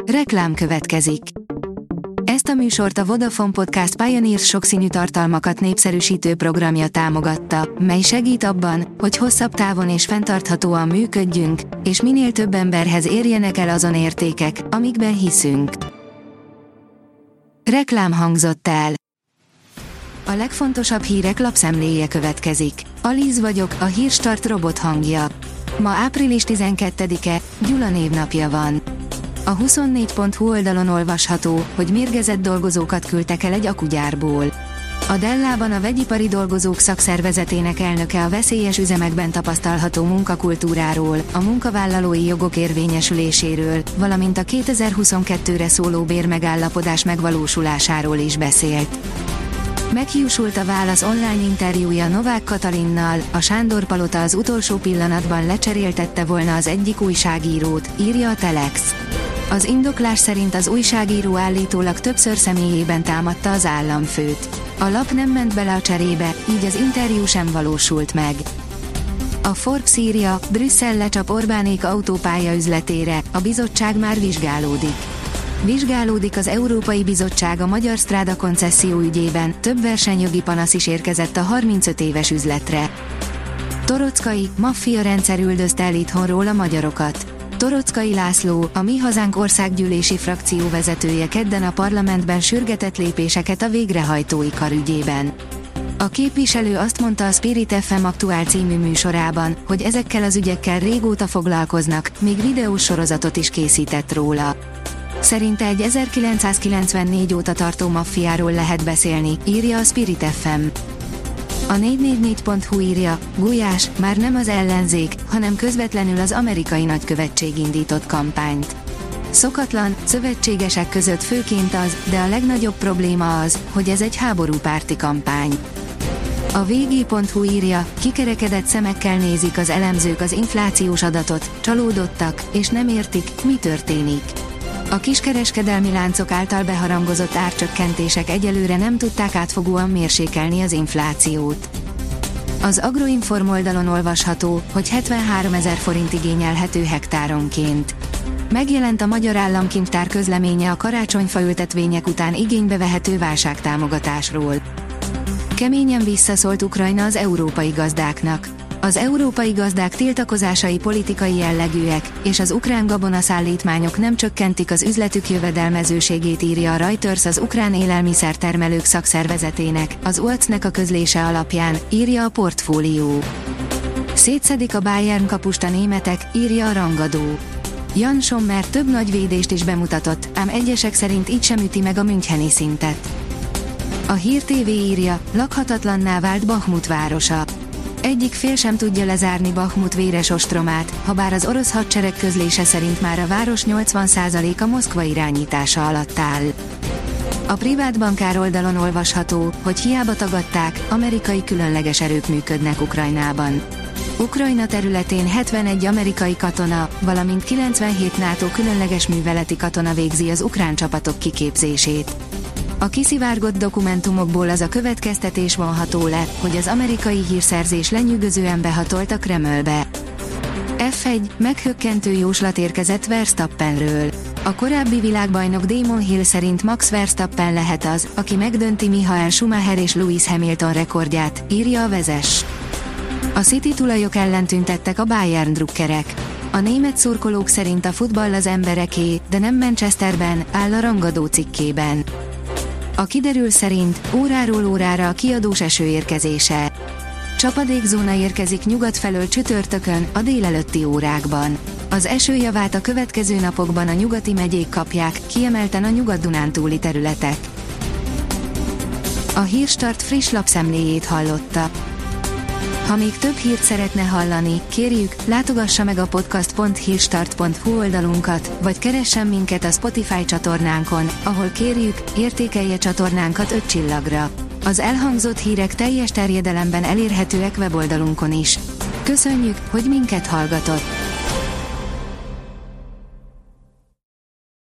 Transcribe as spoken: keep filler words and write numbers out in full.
Reklám következik. Ezt a műsort a Vodafone Podcast Pioneers sokszínű tartalmakat népszerűsítő programja támogatta, mely segít abban, hogy hosszabb távon és fenntarthatóan működjünk, és minél több emberhez érjenek el azon értékek, amikben hiszünk. Reklám hangzott el. A legfontosabb hírek lapszemléje következik. Alíz vagyok, a Hírstart robot hangja. Ma április tizenkettedike, Gyula névnapja van. A huszonnégy pont hu oldalon olvasható, hogy mérgezett dolgozókat küldtek el egy akugyárból. A Dellában a vegyipari dolgozók szakszervezetének elnöke a veszélyes üzemekben tapasztalható munkakultúráról, a munkavállalói jogok érvényesüléséről, valamint a kétezer-huszonkettőre szóló bérmegállapodás megvalósulásáról is beszélt. Meghiúsult a válasz online interjúja Novák Katalinnal, a Sándor-palota az utolsó pillanatban lecseréltette volna az egyik újságírót, írja a Telex. Az indoklás szerint az újságíró állítólag többször személyében támadta az államfőt. A lap nem ment bele a cserébe, így az interjú sem valósult meg. A Forbes írja, Brüsszel lecsap Orbánék autópálya üzletére, a bizottság már vizsgálódik. Vizsgálódik az Európai Bizottság a Magyar Stráda koncesszió ügyében, több versenyjogi panasz is érkezett a harmincöt éves üzletre. Torockai, maffia rendszer üldözte el itthonról a magyarokat. Torockai László, a Mi Hazánk országgyűlési frakció vezetője kedden a parlamentben sürgetett lépéseket a végrehajtói kar ügyében. A képviselő azt mondta a Spirit ef em Aktuál című műsorában, hogy ezekkel az ügyekkel régóta foglalkoznak, még videós sorozatot is készített róla. Szerinte egy ezerkilencszázkilencvennégy óta tartó maffiáról lehet beszélni, írja a Spirit ef em. A négy négy négy pont hu írja, Gulyás, már nem az ellenzék, hanem közvetlenül az amerikai nagykövetség indított kampányt. Szokatlan, szövetségesek között főként az, de a legnagyobb probléma az, hogy ez egy háborúpárti kampány. A vé gé pont hu írja, kikerekedett szemekkel nézik az elemzők az inflációs adatot, csalódottak, és nem értik, mi történik. A kiskereskedelmi láncok által beharangozott árcsökkentések egyelőre nem tudták átfogóan mérsékelni az inflációt. Az Agroinform oldalon olvasható, hogy hetvenháromezer forint igényelhető hektáronként. Megjelent a Magyar Államkincstár közleménye a karácsonyfa ültetvények után igénybe vehető válságtámogatásról. Keményen visszaszólt Ukrajna az európai gazdáknak. Az európai gazdák tiltakozásai politikai jellegűek, és az ukrán gabonaszállítmányok nem csökkentik az üzletük jövedelmezőségét, írja a Reuters az ukrán élelmiszertermelők szakszervezetének, az u á cé-nek a közlése alapján, írja a Portfólió. Szétszedik a Bayern kapust a németek, írja a Rangadó. Jan Sommer több nagy védést is bemutatott, ám egyesek szerint így sem üti meg a müncheni szintet. A Hír té vé írja, lakhatatlanná vált Bahmut városa. Egyik fél sem tudja lezárni Bahmut véres ostromát, habár az orosz hadsereg közlése szerint már a város nyolcvan százaléka Moszkva irányítása alatt áll. A privát bankár oldalon olvasható, hogy hiába tagadták, amerikai különleges erők működnek Ukrajnában. Ukrajna területén hetvenegy amerikai katona, valamint kilencvenhét NATO különleges műveleti katona végzi az ukrán csapatok kiképzését. A kiszivárgott dokumentumokból az a következtetés vonható le, hogy az amerikai hírszerzés lenyűgözően behatolt a Kremlbe. ef egy, meghökkentő jóslat érkezett Verstappenről. A korábbi világbajnok Damon Hill szerint Max Verstappen lehet az, aki megdönti Michael Schumacher és Lewis Hamilton rekordját, írja a Vezes. A City tulajok ellen tüntettek a Bayern drukkerek. A német szurkolók szerint a futball az embereké, de nem Manchesterben, áll a Rangadó cikkében. A kiderül szerint óráról órára a kiadós eső érkezése. Csapadékzóna érkezik nyugat felől csütörtökön, a délelőtti órákban. Az esőjavát a következő napokban a nyugati megyék kapják, kiemelten a nyugat-dunántúli területek. A Hírstart friss lapszemléjét hallotta. Ha még több hírt szeretne hallani, kérjük, látogassa meg a podcast pont hírstart pont hu oldalunkat, vagy keressen minket a Spotify csatornánkon, ahol kérjük, értékelje csatornánkat öt csillagra. Az elhangzott hírek teljes terjedelemben elérhetőek weboldalunkon is. Köszönjük, hogy minket hallgatott!